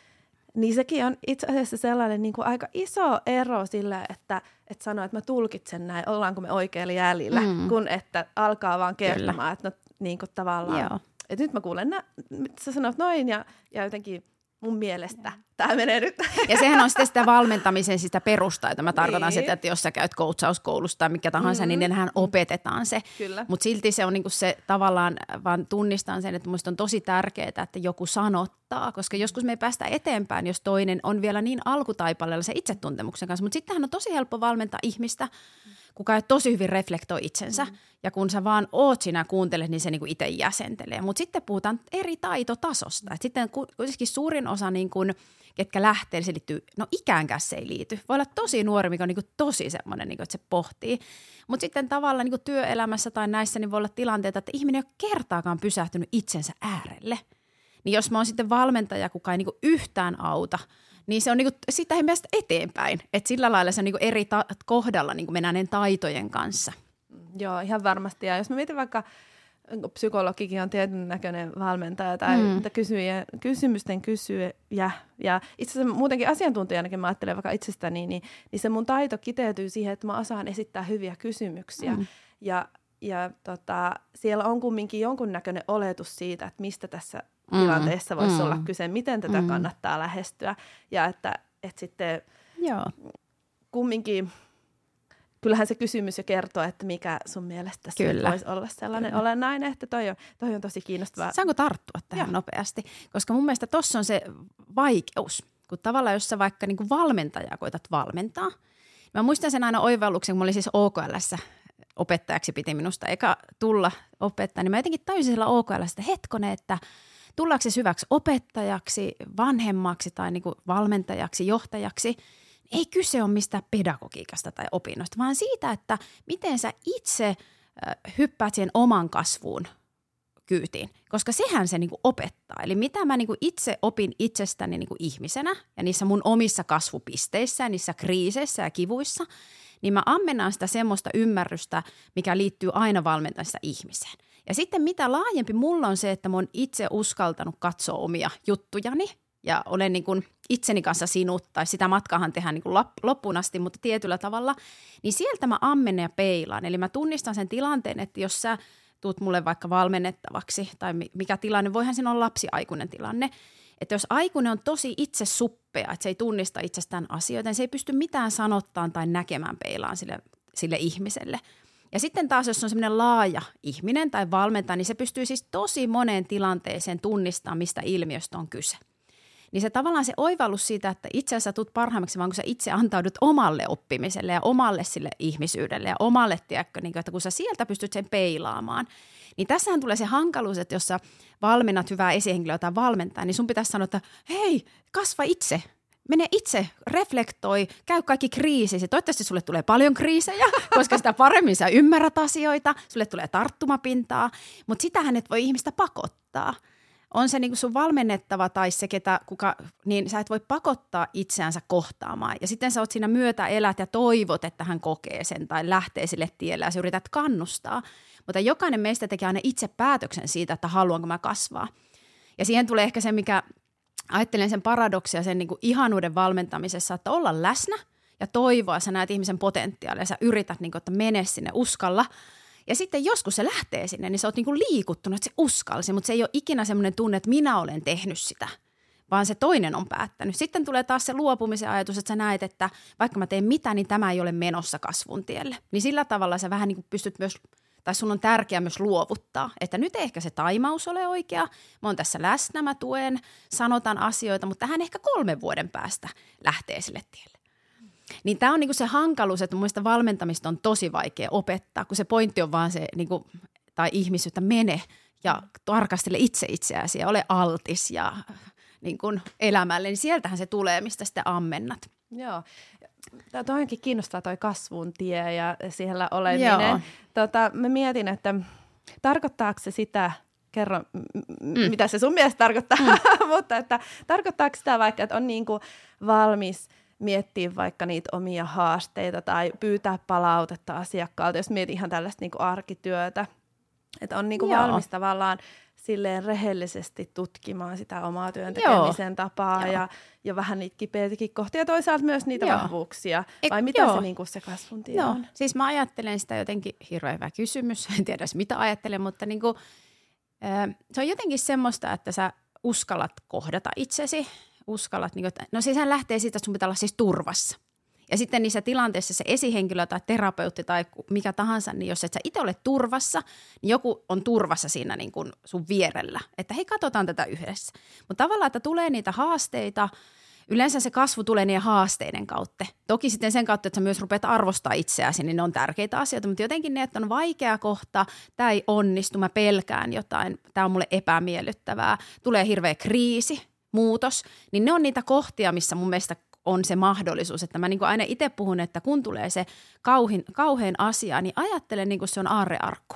niin sekin on itse asiassa sellainen niin kuin aika iso ero sillä, että, että sanoo, että mä tulkitsen näin, ollaanko me oikealla jäljellä, mm. kun että alkaa vaan kertomaan, Kyllä. että no, niin kuin tavallaan, joo. että nyt mä kuulen, nä- sä sanot noin ja, ja jotenkin mun mielestä tämä menee nyt. Ja sehän on sitten sitä valmentamisen sitä perustaa, että mä tarkoitan niin. sitä, että jos sä käyt coachauskoulusta tai mikä tahansa, mm-hmm. niin nehän opetetaan se. Mutta silti se on niinku se tavallaan, vaan tunnistan sen, että musta on tosi tärkeää, että joku sanottaa, koska joskus me ei päästä eteenpäin, jos toinen on vielä niin alkutaipaleella se itsetuntemuksen kanssa. Mutta sittenhän on tosi helppo valmentaa ihmistä, kuka tosi hyvin reflektoi itsensä. Mm. Ja kun sä vaan oot siinä ja kuuntelet, niin se niinku itse jäsentelee. Mutta sitten puhutaan eri taitotasosta. Et sitten kuitenkin suurin osa, niin kun, ketkä lähtee, se liittyy, no ikäänkään se ei liity. Voi olla tosi nuori, mikä on niinku tosi semmoinen, niinku, että se pohtii. Mutta sitten tavallaan niinku työelämässä tai näissä niin voi olla tilanteita, että ihminen ei ole kertaakaan pysähtynyt itsensä äärelle. Niin jos mä oon sitten valmentaja, kuka ei niin kuin yhtään auta, niin se on niin kuin, sitä ei mielestä eteenpäin. Että sillä lailla se on niin kuin eri ta- kohdalla niin kuin mennään ne taitojen kanssa. Joo, ihan varmasti. Ja jos mä mietin vaikka, psykologikin on tietyn näköinen valmentaja tai mm. kysyjä, kysymysten kysyjä. Ja itse asiassa muutenkin asiantuntijanakin mä ajattelen vaikka itsestäni, niin, niin se mun taito kiteytyy siihen, että mä osaan esittää hyviä kysymyksiä. Mm. Ja, ja tota, siellä on kumminkin jonkunnäköinen oletus siitä, että mistä tässä mm. tilanteessa voisi mm. olla kyse, miten tätä mm. kannattaa lähestyä. Ja että, että sitten Joo. kumminkin... Kyllähän se kysymys jo kertoo, että mikä sun mielestä voisi olla sellainen Kyllä. olennainen, että toi on, toi on tosi kiinnostavaa. Saanko tarttua tähän Joo. nopeasti? Koska mun mielestä tossa on se vaikeus, kun tavallaan jos sä vaikka niin kuin valmentajaa koitat valmentaa. Mä muistan sen aina oivalluksen, kun mä olin siis O K L:ssä opettajaksi, piti minusta eka tulla opettaja, niin mä jotenkin tajusin siellä O K L:ssä, että hetkonen, että tullaanko se hyväksi opettajaksi, vanhemmaksi tai niin kuin valmentajaksi, johtajaksi, ei kyse ole mistään pedagogiikasta tai opinnoista, vaan siitä, että miten sä itse hyppäät siihen oman kasvuun kyytiin, koska sehän se niinku opettaa. Eli mitä mä niinku itse opin itsestäni niinku ihmisenä ja niissä mun omissa kasvupisteissä, niissä kriiseissä ja kivuissa, niin mä ammennan sitä semmoista ymmärrystä, mikä liittyy aina valmentajasta ihmiseen. Ja sitten mitä laajempi mulla on se, että mä oon itse uskaltanut katsoa omia juttujani, ja olen niin kuin itseni kanssa sinut, tai sitä matkaahan tehdään niin kuin loppuun asti, mutta tietyllä tavalla, niin sieltä mä ammenen ja peilaan. Eli mä tunnistan sen tilanteen, että jos sä tuut mulle vaikka valmennettavaksi, tai mikä tilanne, voihan siinä olla lapsi-aikuinen tilanne, että jos aikuinen on tosi itse suppea, että se ei tunnista itsestään asioita, niin se ei pysty mitään sanottaan tai näkemään peilaan sille, sille ihmiselle. Ja sitten taas, jos on semmoinen laaja ihminen tai valmentaja, niin se pystyy siis tosi moneen tilanteeseen tunnistamaan, mistä ilmiöstä on kyse. Niin se tavallaan se oivallus siitä, että itse asiassa tulet parhaimmaksi, vaan kun sä itse antaudut omalle oppimiselle ja omalle sille ihmisyydelle ja omalle, tiedätkö, niin kuin, että kun sä sieltä pystyt sen peilaamaan. Niin tässähän tulee se hankaluus, että jos sä valmennat hyvää esihenkilöä tai valmentaa, niin sun pitäisi sanoa, että hei, kasva itse. Mene itse, reflektoi, käy kaikki kriisisi. Toivottavasti sulle tulee paljon kriisejä, koska sitä paremmin sä ymmärrät asioita, sulle tulee tarttumapintaa, mutta sitähän et voi ihmistä pakottaa. On se niin kuin sun valmennettava tai se, ketä, kuka, niin sä et voi pakottaa itseänsä kohtaamaan. Ja sitten sä oot siinä myötä elät ja toivot, että hän kokee sen tai lähtee sille tielle ja sä yrität kannustaa. Mutta jokainen meistä tekee aina itse päätöksen siitä, että haluanko mä kasvaa. Ja siihen tulee ehkä se, mikä ajattelen sen paradoksia sen niin kuin ihanuuden valmentamisessa, että olla läsnä ja toivoa. Sä näet ihmisen potentiaalia ja sä yrität, niin kuin, että mene sinne, uskalla. Ja sitten joskus se lähtee sinne, niin sä oot niinku liikuttunut, että se uskalsi, mutta se ei ole ikinä semmoinen tunne, että minä olen tehnyt sitä, vaan se toinen on päättänyt. Sitten tulee taas se luopumisen ajatus, että sä näet, että vaikka mä teen mitä, niin tämä ei ole menossa kasvun tielle. Niin sillä tavalla sä vähän niin kuin pystyt myös, tai sun on tärkeää myös luovuttaa, että nyt ehkä se taimaus ole oikea, mä oon tässä läsnä, mä tuen, sanotan asioita, mutta tähän ehkä kolmen vuoden päästä lähtee sille tielle. Niin tämä on niinku se hankaluus, että mun mielestä valmentamista on tosi vaikea opettaa, kun se pointti on vaan se, niinku, tai ihmisyyttä mene ja tarkastele itse itseäsi ja ole altis ja niinku, elämälle, niin sieltähän se tulee, mistä sitten ammennat. Joo. Tämä onkin kiinnostaa toi kasvun tie ja siellä oleminen. Joo. Tota, mä mietin, että tarkoittaako se sitä, kerro mm. mitä se sun mielestä tarkoittaa, mm. mutta että tarkoittaako sitä vaikka, että on niinku valmis miettiä vaikka niitä omia haasteita tai pyytää palautetta asiakkaalta, jos mietit ihan tällaista niinku arkityötä, että on niinku valmis tavallaan silleen rehellisesti tutkimaan sitä omaa työn tekemisen Joo. tapaa ja, ja vähän niitä kipeitäkin kohtia ja toisaalta myös niitä Joo. vahvuuksia. Vai Et, mitä Joo. se, niinku se kasvun tie on? Siis mä ajattelen sitä jotenkin, hirveän hyvä kysymys, en tiedä mitä ajattelen, mutta niinku, äh, se on jotenkin semmoista, että sä uskallat kohdata itsesi, uskallat, niin kuin, että, no siis hän lähtee siitä, että sun pitää olla siis turvassa. Ja sitten niissä tilanteissa se esihenkilö tai terapeutti tai mikä tahansa, niin jos et sä itse ole turvassa, niin joku on turvassa siinä niin kuin sun vierellä. Että hei, katsotaan tätä yhdessä. Mutta tavallaan, että tulee niitä haasteita, yleensä se kasvu tulee niiden haasteiden kautta. Toki sitten sen kautta, että sä myös rupeat arvostaa itseäsi, niin ne on tärkeitä asioita, mutta jotenkin ne, että on vaikea kohta, tämä ei onnistu, mä pelkään jotain, tämä on mulle epämiellyttävää, tulee hirveä kriisi, muutos, niin ne on niitä kohtia, missä mun mielestä on se mahdollisuus, että mä niin kuin aina itse puhun, että kun tulee se kauhin, kauhean asia, niin ajattelen niin kuin se on aarrearkku.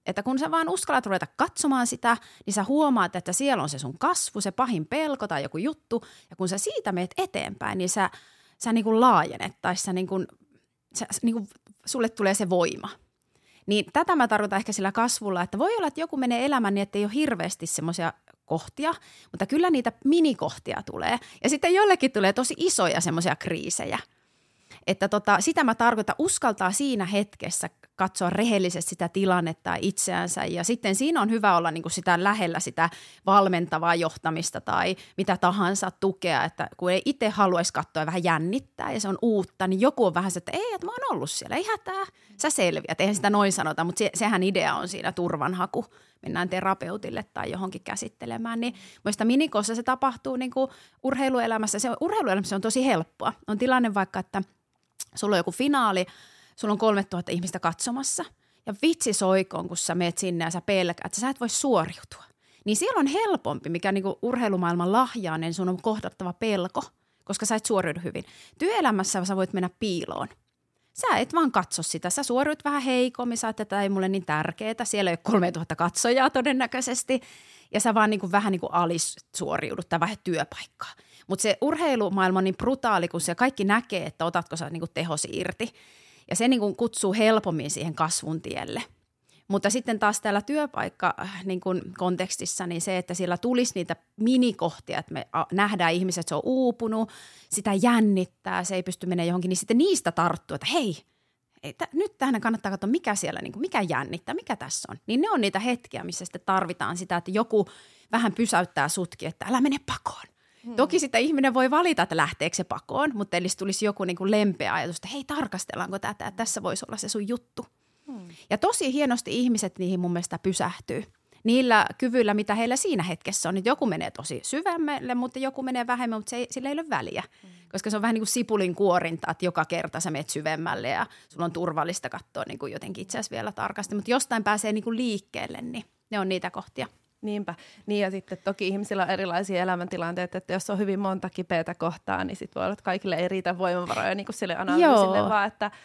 Että kun sä vaan uskallat ruveta katsomaan sitä, niin sä huomaat, että siellä on se sun kasvu, se pahin pelko tai joku juttu. Ja kun sä siitä meet eteenpäin, niin sä, sä niin kuin laajenet tai sä niin kuin, sä, niin kuin, sulle tulee se voima. Niin tätä mä tarkoitan ehkä sillä kasvulla, että voi olla, että joku menee elämään niin, että ei ole hirveästi semmoisia kohtia, mutta kyllä niitä minikohtia tulee. Ja sitten jollekin tulee tosi isoja semmoisia kriisejä. Että tota, sitä mä tarkoitan, uskaltaa siinä hetkessä katsoa rehellisesti sitä tilannetta itseänsä ja sitten siinä on hyvä olla niin kuin sitä lähellä sitä valmentavaa johtamista tai mitä tahansa tukea, että kun ei itse haluaisi katsoa ja vähän jännittää ja se on uutta, niin joku on vähän se, että ei, että mä oon ollut siellä, ei hätää, sä selviät, eihän sitä noin sanota, mutta se, sehän idea on siinä turvanhaku, mennään terapeutille tai johonkin käsittelemään, niin muista minikossa se tapahtuu niin kuin urheiluelämässä, se, urheiluelämässä on tosi helppoa, on tilanne vaikka, että sulla on joku finaali, sulla on kolmetuhatta ihmistä katsomassa ja vitsi soikoon, kun sä meet sinne ja sä pelkäät, että sä et voi suoriutua. Niin siellä on helpompi, mikä niinku urheilumaailman lahjainen, sun on kohdattava pelko, koska sä et suoriudu hyvin. Työelämässä sä voit mennä piiloon. Sä et vaan katso sitä. Sä suoriut vähän heikommin, sä että tämä ei mulle niin tärkeää. Siellä ei ole kolmetuhatta katsojaa todennäköisesti ja sä vaan niinku vähän niinku alisuoriudut tai vähän työpaikkaa. Mutta se urheilumaailma on niin brutaali, kun se kaikki näkee, että otatko sä niinku tehosi irti. Ja se niinku kutsuu helpommin siihen kasvun tielle. Mutta sitten taas täällä työpaikka-kontekstissa niin se, että siellä tulisi niitä minikohtia, että me nähdään ihmiset, että se on uupunut, sitä jännittää, se ei pysty menemään johonkin, niin sitten niistä tarttuu, että hei, ei, t- nyt tähän kannattaa katsoa, mikä siellä, niin kuin, mikä jännittää, mikä tässä on. Niin ne on niitä hetkiä, missä sitten tarvitaan sitä, että joku vähän pysäyttää sutkin, että älä mene pakoon. Hmm. Toki sitä ihminen voi valita, että lähteekö se pakoon, mutta eli tulisi joku niin kuin lempeä ajatus, että hei, tarkastellaanko tätä, että tässä voisi olla se sun juttu. Hmm. Ja tosi hienosti ihmiset niihin mun mielestä pysähtyy. Niillä kyvyillä, mitä heillä siinä hetkessä on. Nyt joku menee tosi syvemmälle, mutta joku menee vähemmän, mutta se ei, sillä ei ole väliä. Hmm. Koska se on vähän niin kuin sipulin kuorinta, että joka kerta sä menet syvemmälle ja sulla on turvallista katsoa niin kuin jotenkin itse asiassa vielä tarkasti. Mutta jostain pääsee niin kuin liikkeelle, niin ne on niitä kohtia. Niinpä. Niin ja sitten toki ihmisillä on erilaisia elämäntilanteita, että jos on hyvin monta kipeätä kohtaa, niin sitten voi olla, että kaikille ei riitä voimavaroja niin kuin sille analyysille, Joo. vaan että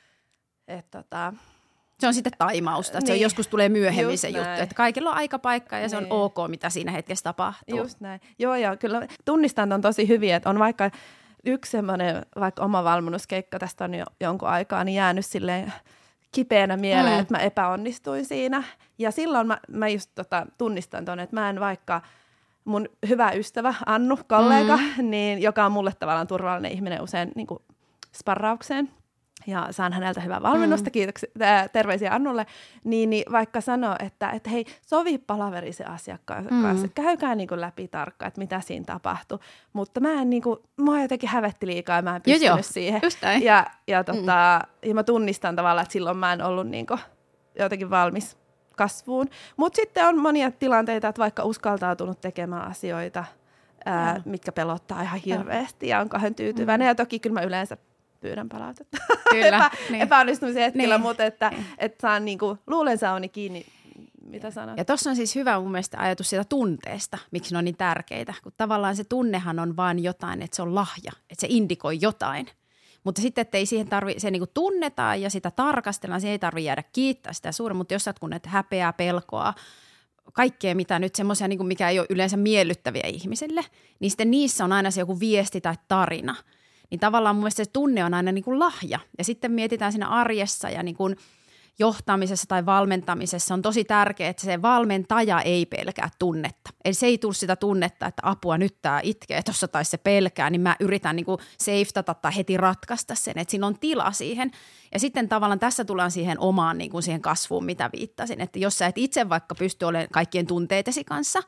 et, tota... Se on sitten taimausta, niin. Se on, joskus tulee myöhemmin Just se näin. juttu, että kaikilla on aikapaikka ja niin. se on ok, mitä siinä hetkessä tapahtuu. Just näin. Joo ja kyllä tunnistan on tosi hyvin, että on vaikka yksi semmoinen vaikka oma valmennuskeikka, tästä on jo jonkun aikaa, niin jäänyt silleen kipeänä mieleen, mm. että mä epäonnistuin siinä. Ja silloin mä, mä just tota, tunnistan tuonne, että mä en vaikka mun hyvä ystävä Annu, kollega, mm. niin, joka on mulle tavallaan turvallinen ihminen usein niin kuin sparraukseen. Ja saan häneltä hyvää valmennusta, mm. kiitoksia, terveisiä Annulle, niin, niin vaikka sanoo, että, että hei, sovi palaveri se asiakkaan mm. kanssa, että käykää niin kuin läpi tarkkaan, että mitä siinä tapahtui. Mutta mä en niin kuin, mua jotenkin hävetti liikaa ja mä en pystynyt jo, jo. siihen. Ja, ja, tota, mm. ja mä tunnistan tavallaan, että silloin mä en ollut niin kuin jotenkin valmis kasvuun. Mutta sitten on monia tilanteita, että vaikka uskaltautunut tekemään asioita, ää, mm. mitkä pelottaa ihan hirveästi ja on kahden tyytyväinen. Mm. Ja toki kyllä mä yleensä pyydän palautetta. Kyllä. Epä, niin. Epäonnistumisen hetkellä, niin. mutta että, niin. että saan niinku, luulen sauni kiinni, mitä sanot. Ja tuossa on siis hyvä mun mielestä ajatus siitä tunteesta, miksi ne on niin tärkeitä. Kun tavallaan se tunnehan on vaan jotain, että se on lahja, että se indikoi jotain. Mutta sitten, että ei siihen tarvitse, se niinku tunnetaan ja sitä tarkastellaan, siihen ei tarvitse jäädä kiittää sitä suuren, mutta jos sä oot kun häpeää, pelkoa, kaikkea mitä nyt semmoisia, niin mikä ei ole yleensä miellyttäviä ihmisille, niin sitten niissä on aina se joku viesti tai tarina. Niin tavallaan mun mielestä se tunne on aina niin kuin lahja. Ja sitten mietitään siinä arjessa ja niin kuin johtamisessa tai valmentamisessa on tosi tärkeää, että se valmentaja ei pelkää tunnetta. Eli se ei tule sitä tunnetta, että apua nyt tämä itkee tuossa tai se pelkää, niin mä yritän niin kuin seiftata tai heti ratkaista sen, että siinä on tila siihen. Ja sitten tavallaan tässä tullaan siihen omaan niin kuin siihen kasvuun, mitä viittasin, että jos sä et itse vaikka pysty olemaan kaikkien tunteitesi kanssa,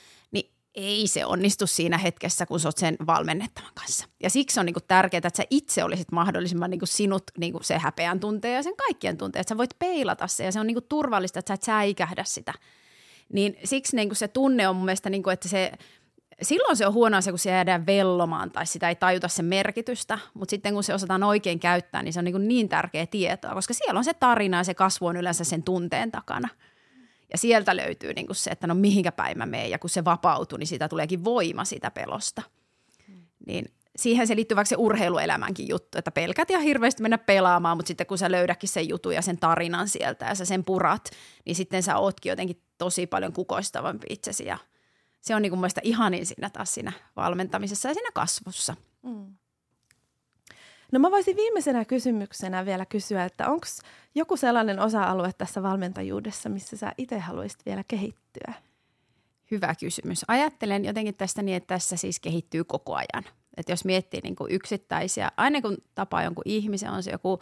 ei se onnistu siinä hetkessä, kun sä oot sen valmennettavan kanssa. Ja siksi on niinku tärkeää, että sä itse olisit mahdollisimman niinku sinut niinku se häpeän tunteen ja sen kaikkien tunteen, että sä voit peilata se ja se on niinku turvallista, että sä et säikähdä sitä. Niin siksi niinku se tunne on mun mielestä, niinku, että se, silloin se on huono asia, kun se jäädään vellomaan tai sitä ei tajuta sen merkitystä, mutta sitten kun se osataan oikein käyttää, niin se on niinku niin tärkeä tietoa, koska siellä on se tarina ja se kasvu on yleensä sen tunteen takana. Ja sieltä löytyy niin kuin se, että no mihinkä päin mä menen ja kun se vapautuu, niin siitä tuleekin voima siitä pelosta. Hmm. Niin siihen se liittyy vaikka se urheiluelämänkin juttu, että pelkät ja hirveästi mennä pelaamaan, mutta sitten kun sä löydäkin sen jutun ja sen tarinan sieltä ja sä sen purat, niin sitten sä ootkin jotenkin tosi paljon kukoistavampi itsesi ja se on niin kuin mun mielestä ihanin siinä taas siinä valmentamisessa ja siinä kasvussa. Mm. No mä voisin viimeisenä kysymyksenä vielä kysyä, että onko joku sellainen osa-alue tässä valmentajuudessa, missä sä itse haluaisit vielä kehittyä? Hyvä kysymys. Ajattelen jotenkin tästä niin, että tässä siis kehittyy koko ajan. Että jos miettii niin kuin yksittäisiä, aina kun tapaa jonkun ihmisen, on se joku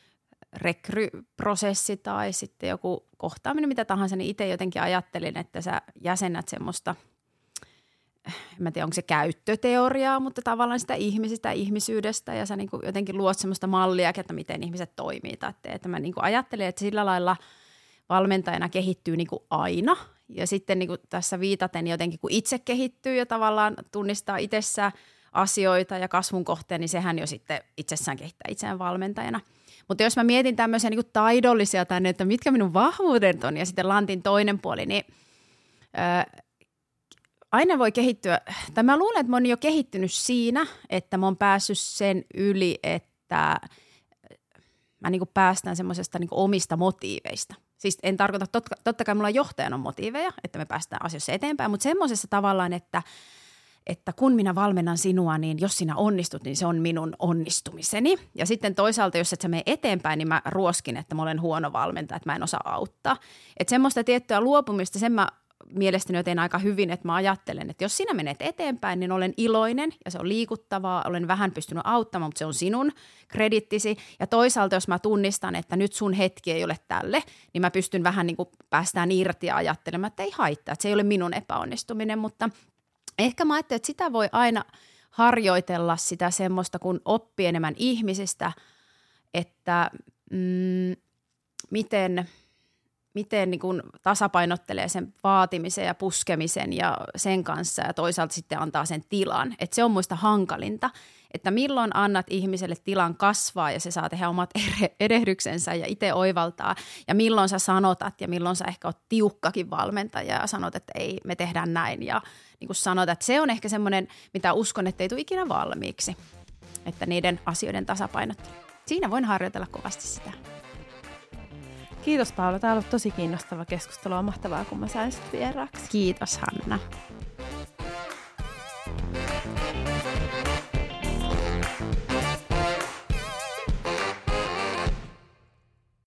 rekryprosessi tai sitten joku kohtaaminen, mitä tahansa, niin itse jotenkin ajattelin, että sä jäsennät semmoista, en mä tiedä onko se käyttöteoriaa, mutta tavallaan sitä ihmisistä ja ihmisyydestä ja sä niin kuin jotenkin luot semmoista mallia, että miten ihmiset toimii. Tai että mä niin kuin ajattelen, että sillä lailla valmentajana kehittyy niin kuin aina ja sitten niin kuin tässä viitaten jotenkin kun itse kehittyy ja tavallaan tunnistaa itsessään asioita ja kasvun kohteen, niin sehän jo sitten itsessään kehittää itseään valmentajana. Mutta jos mä mietin tämmöisiä niin kuin taidollisia tänne, että mitkä minun vahvuudet on ja sitten lantin toinen puoli, niin ö, aina voi kehittyä, tai mä luulen, että mä oon jo kehittynyt siinä, että mä oon päässyt sen yli, että mä niin kuin päästään semmoisesta niin kuin omista motiiveista. Siis en tarkoita, totta, totta kai mulla johtajana on motiiveja, että me päästään asioissa eteenpäin, mutta semmoisessa tavallaan, että että kun minä valmennan sinua, niin jos sinä onnistut, niin se on minun onnistumiseni. Ja sitten toisaalta, jos et sä mene eteenpäin, niin mä ruoskin, että mä olen huono valmentaja, että mä en osaa auttaa. Että semmoista tiettyä luopumista, sen mä mielestäni teen aika hyvin, että mä ajattelen, että jos sinä menet eteenpäin, niin olen iloinen ja se on liikuttavaa, olen vähän pystynyt auttamaan, mutta se on sinun kredittisi. Ja toisaalta, jos mä tunnistan, että nyt sun hetki ei ole tälle, niin mä pystyn vähän niin kuin päästään irti ja ajattelemaan, että ei haittaa, että se ei ole minun epäonnistuminen, mutta ehkä mä ajattelin, että sitä voi aina harjoitella sitä semmoista, kun oppii enemmän ihmisistä, että mm, miten, miten niin kuin tasapainottelee sen vaatimisen ja puskemisen ja sen kanssa ja toisaalta sitten antaa sen tilan. Että se on muista hankalinta, että milloin annat ihmiselle tilan kasvaa ja se saa tehdä omat erehdyksensä ja itse oivaltaa ja milloin sä sanotat ja milloin sä ehkä oot tiukkakin valmentaja ja sanot, että ei, me tehdään näin ja niin kuin sanot, että se on ehkä semmoinen, mitä uskon, että ei tule ikinä valmiiksi, että niiden asioiden tasapainottelu. Siinä voin harjoitella kovasti sitä. Kiitos Paula, tämä on ollut tosi kiinnostava keskustelu. On mahtavaa, kun mä sain sut vieraaksi. Kiitos Hanna.